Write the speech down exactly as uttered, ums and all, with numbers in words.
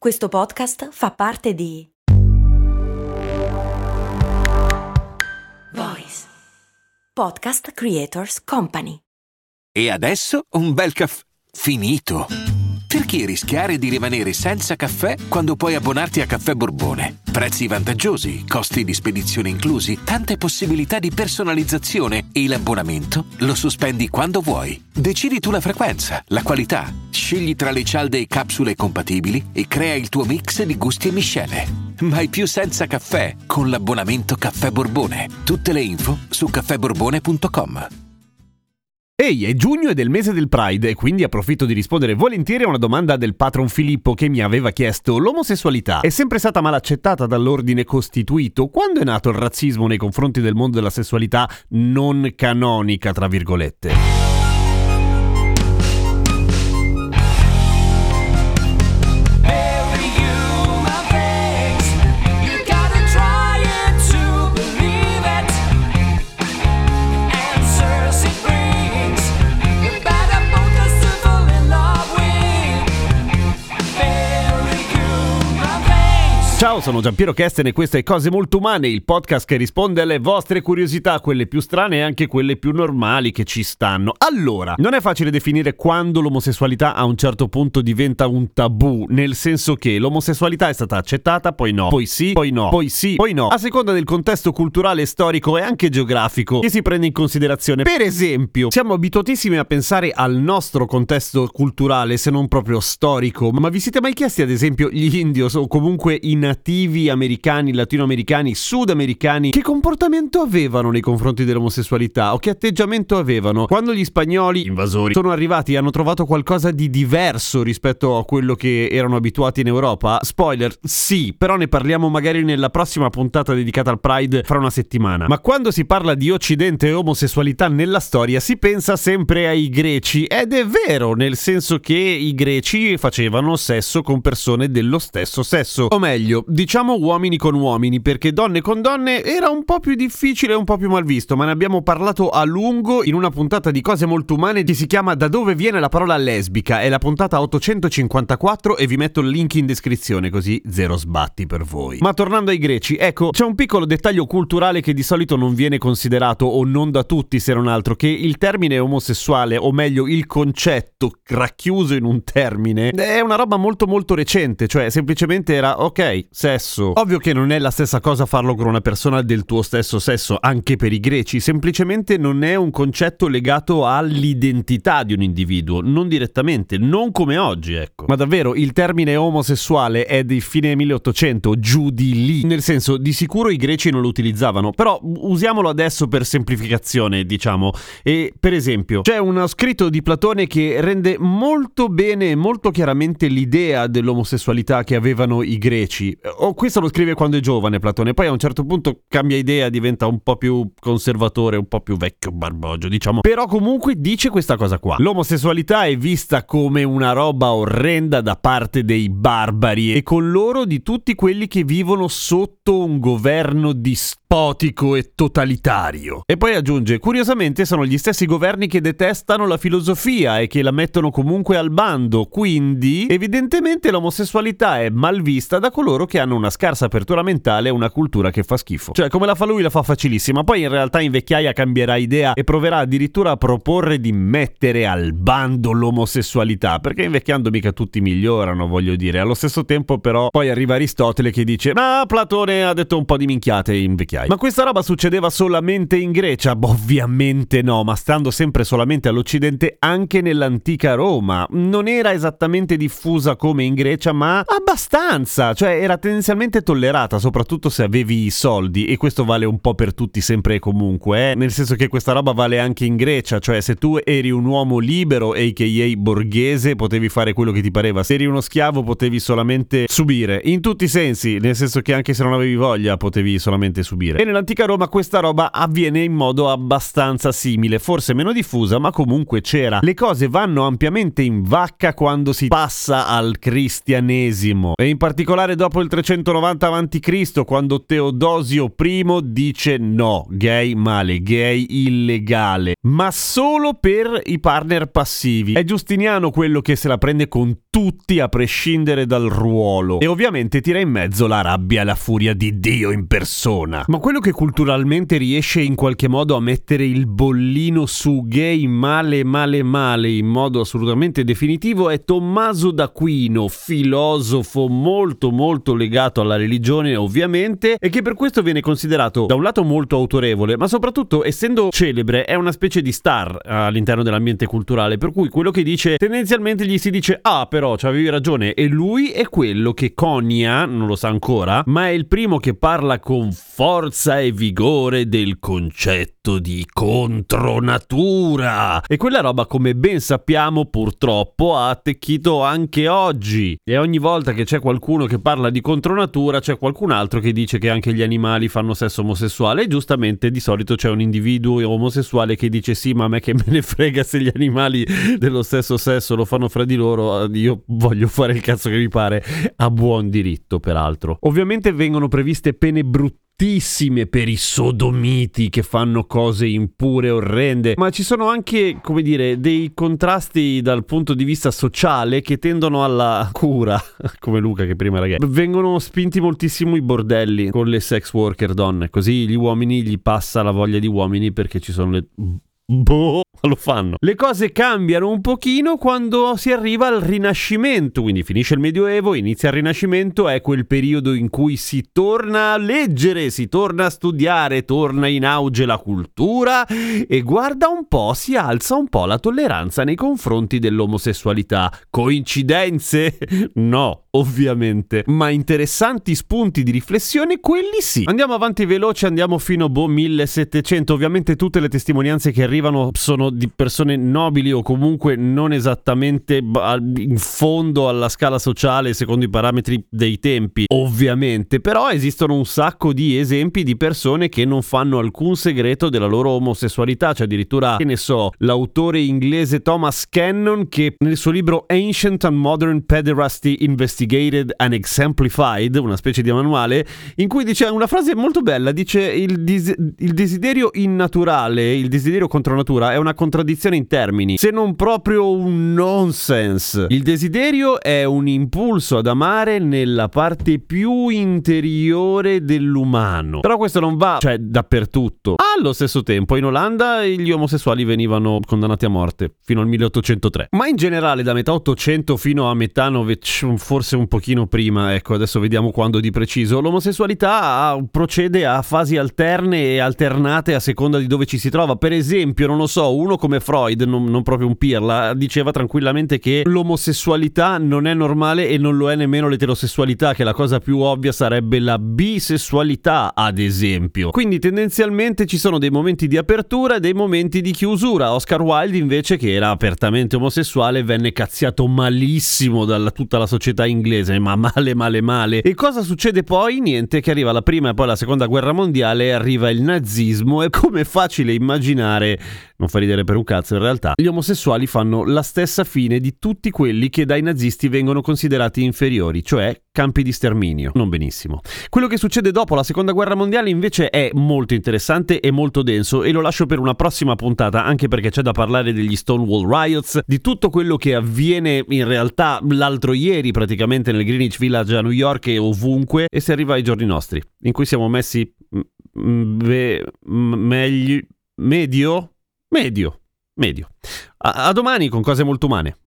Questo podcast fa parte di Voice Podcast Creators Company. E adesso un bel caffè finito. Perché rischiare di rimanere senza caffè quando puoi abbonarti a Caffè Borbone? Prezzi vantaggiosi, costi di spedizione inclusi, tante possibilità di personalizzazione e l'abbonamento lo sospendi quando vuoi. Decidi tu la frequenza, la qualità, scegli tra le cialde e capsule compatibili e crea il tuo mix di gusti e miscele. Mai più senza caffè con l'abbonamento Caffè Borbone. Tutte le info su caffè borbone punto com. Ehi, è giugno ed è il mese del Pride e quindi approfitto di rispondere volentieri a una domanda del patron Filippo che mi aveva chiesto: l'omosessualità è sempre stata mal accettata dall'ordine costituito? Quando è nato il razzismo nei confronti del mondo della sessualità non canonica, tra virgolette? Ciao, sono Giampiero Kesten e questo è Cose Molto Umane, il podcast che risponde alle vostre curiosità, quelle più strane e anche quelle più normali che ci stanno. Allora, non è facile definire quando l'omosessualità a un certo punto diventa un tabù, nel senso che l'omosessualità è stata accettata, poi no, poi sì, poi no, poi sì, poi no, a seconda del contesto culturale, storico e anche geografico che si prende in considerazione. Per esempio, siamo abituatissimi a pensare al nostro contesto culturale, se non proprio storico, ma vi siete mai chiesti ad esempio gli indios o comunque i nativi americani, latinoamericani, sudamericani che comportamento avevano nei confronti dell'omosessualità o che atteggiamento avevano quando gli spagnoli invasori sono arrivati e hanno trovato qualcosa di diverso rispetto a quello che erano abituati in Europa? Spoiler, sì, però ne parliamo magari nella prossima puntata dedicata al Pride fra una settimana. Ma quando si parla di Occidente e omosessualità nella storia si pensa sempre ai greci, ed è vero, nel senso che i greci facevano sesso con persone dello stesso sesso, o meglio diciamo uomini con uomini, perché donne con donne era un po' più difficile e un po' più mal visto, ma ne abbiamo parlato a lungo in una puntata di Cose Molto Umane che si chiama Da dove viene la parola lesbica. È la puntata ottocentocinquantaquattro e vi metto il link in descrizione, così zero sbatti per voi. Ma tornando ai greci, ecco, c'è un piccolo dettaglio culturale che di solito non viene considerato, o non da tutti se non altro, che il termine omosessuale, o meglio il concetto racchiuso in un termine, è una roba molto molto recente, cioè semplicemente era ok, sesso. Ovvio che non è la stessa cosa farlo con una persona del tuo stesso sesso, anche per i greci, semplicemente non è un concetto legato all'identità di un individuo, non direttamente, non come oggi, ecco. Ma davvero, il termine omosessuale è di fine milleottocento, giù di lì, nel senso, di sicuro i greci non lo utilizzavano, però usiamolo adesso per semplificazione, diciamo. E per esempio, c'è uno scritto di Platone che rende molto bene e molto chiaramente l'idea dell'omosessualità che avevano i greci. O questo lo scrive quando è giovane Platone, poi a un certo punto cambia idea, diventa un po' più conservatore, un po' più vecchio barbogio, diciamo. Però comunque dice questa cosa qua: l'omosessualità è vista come una roba orrenda da parte dei barbari e con loro di tutti quelli che vivono sotto un governo dispotico e totalitario. E poi aggiunge: curiosamente sono gli stessi governi che detestano la filosofia e che la mettono comunque al bando, quindi evidentemente l'omosessualità è mal vista da coloro che hanno una scarsa apertura mentale e una cultura che fa schifo. Cioè, come la fa lui la fa facilissima, poi in realtà in vecchiaia cambierà idea e proverà addirittura a proporre di mettere al bando l'omosessualità, perché invecchiando mica tutti migliorano, voglio dire. Allo stesso tempo però poi arriva Aristotele che dice: ah, Platone ha detto un po' di minchiate in vecchiaia. Ma questa roba succedeva solamente in Grecia? Boh, ovviamente no, ma stando sempre solamente all'Occidente, anche nell'antica Roma non era esattamente diffusa come in Grecia, ma abbastanza, cioè era tendenzialmente tollerata, soprattutto se avevi i soldi, e questo vale un po' per tutti sempre e comunque, eh? Nel senso che questa roba vale anche in Grecia, cioè se tu eri un uomo libero, a k a borghese, potevi fare quello che ti pareva, se eri uno schiavo potevi solamente subire, in tutti i sensi, nel senso che anche se non avevi voglia potevi solamente subire. E nell'antica Roma questa roba avviene in modo abbastanza simile, forse meno diffusa, ma comunque c'era. Le cose vanno ampiamente in vacca quando si passa al cristianesimo, e in particolare dopo il trecentonovanta avanti Cristo, quando Teodosio I dice no, gay male, gay illegale, ma solo per i partner passivi. È Giustiniano quello che se la prende con tutti a prescindere dal ruolo e ovviamente tira in mezzo la rabbia e la furia di Dio in persona. Ma quello che culturalmente riesce in qualche modo a mettere il bollino su gay male male male in modo assolutamente definitivo è Tommaso d'Aquino, filosofo molto molto legato alla religione ovviamente, e che per questo viene considerato da un lato molto autorevole, ma soprattutto essendo celebre è una specie di star all'interno dell'ambiente culturale, per cui quello che dice tendenzialmente gli si dice ah però c'avevi ragione, e lui è quello che conia, non lo sa ancora, ma è il primo che parla con forza e vigore del concetto di contronatura, e quella roba, come ben sappiamo, purtroppo ha attecchito anche oggi, e ogni volta che c'è qualcuno che parla di contronatura c'è qualcun altro che dice che anche gli animali fanno sesso omosessuale, e giustamente di solito c'è un individuo omosessuale che dice sì, ma a me che me ne frega se gli animali dello stesso sesso lo fanno fra di loro, io voglio fare il cazzo che mi pare, a buon diritto peraltro. Ovviamente vengono previste pene bruttissime per i sodomiti che fanno cose impure e orrende, ma ci sono anche, come dire, dei contrasti dal punto di vista sociale che tendono alla cura, come Luca che prima era gay. Vengono spinti moltissimo i bordelli con le sex worker donne, così gli uomini gli passa la voglia di uomini perché ci sono le... boh, lo fanno. Le cose cambiano un pochino quando si arriva al Rinascimento, quindi finisce il Medioevo, inizia il Rinascimento, è quel periodo in cui si torna a leggere, si torna a studiare, torna in auge la cultura e guarda un po', si alza un po' la tolleranza nei confronti dell'omosessualità. Coincidenze? No, ovviamente, ma interessanti spunti di riflessione quelli sì. Andiamo avanti veloce, andiamo fino boh millesettecento, ovviamente tutte le testimonianze che arrivano sono di persone nobili o comunque non esattamente in fondo alla scala sociale secondo i parametri dei tempi, ovviamente, però esistono un sacco di esempi di persone che non fanno alcun segreto della loro omosessualità. C'è addirittura, che ne so, l'autore inglese Thomas Cannon che nel suo libro Ancient and Modern Pederasty Investigated and Exemplified, una specie di manuale, in cui dice una frase molto bella, dice il, dis- il desiderio innaturale, il desiderio contro natura è una contraddizione in termini, se non proprio un nonsense. Il desiderio è un impulso ad amare nella parte più interiore dell'umano, però questo non va, cioè, dappertutto. Allo stesso tempo in Olanda gli omosessuali venivano condannati a morte fino al milleottocentotre, ma in generale da metà ottocento fino a metà novecento, forse un pochino prima, ecco, adesso vediamo quando di preciso, l'omosessualità procede a fasi alterne e alternate a seconda di dove ci si trova. Per esempio, non lo so, uno come Freud, non, non proprio un pirla, diceva tranquillamente che l'omosessualità non è normale e non lo è nemmeno l'eterosessualità, che la cosa più ovvia sarebbe la bisessualità, ad esempio. Quindi tendenzialmente ci sono dei momenti di apertura e dei momenti di chiusura. Oscar Wilde invece, che era apertamente omosessuale, venne cazziato malissimo da tutta la società inglese, ma male male male. E cosa succede poi? Niente, che arriva la prima e poi la seconda guerra mondiale, arriva il nazismo e, come è facile immaginare, non fa ridere per un cazzo in realtà, gli omosessuali fanno la stessa fine di tutti quelli che dai nazisti vengono considerati inferiori, cioè campi di sterminio. Non benissimo. Quello che succede dopo la seconda guerra mondiale invece è molto interessante e molto denso, e lo lascio per una prossima puntata, anche perché c'è da parlare degli Stonewall Riots, di tutto quello che avviene in realtà l'altro ieri praticamente nel Greenwich Village a New York e ovunque, e si arriva ai giorni nostri in cui siamo messi m- ve- m- meglio medio Medio, medio. A, a domani con cose molto umane.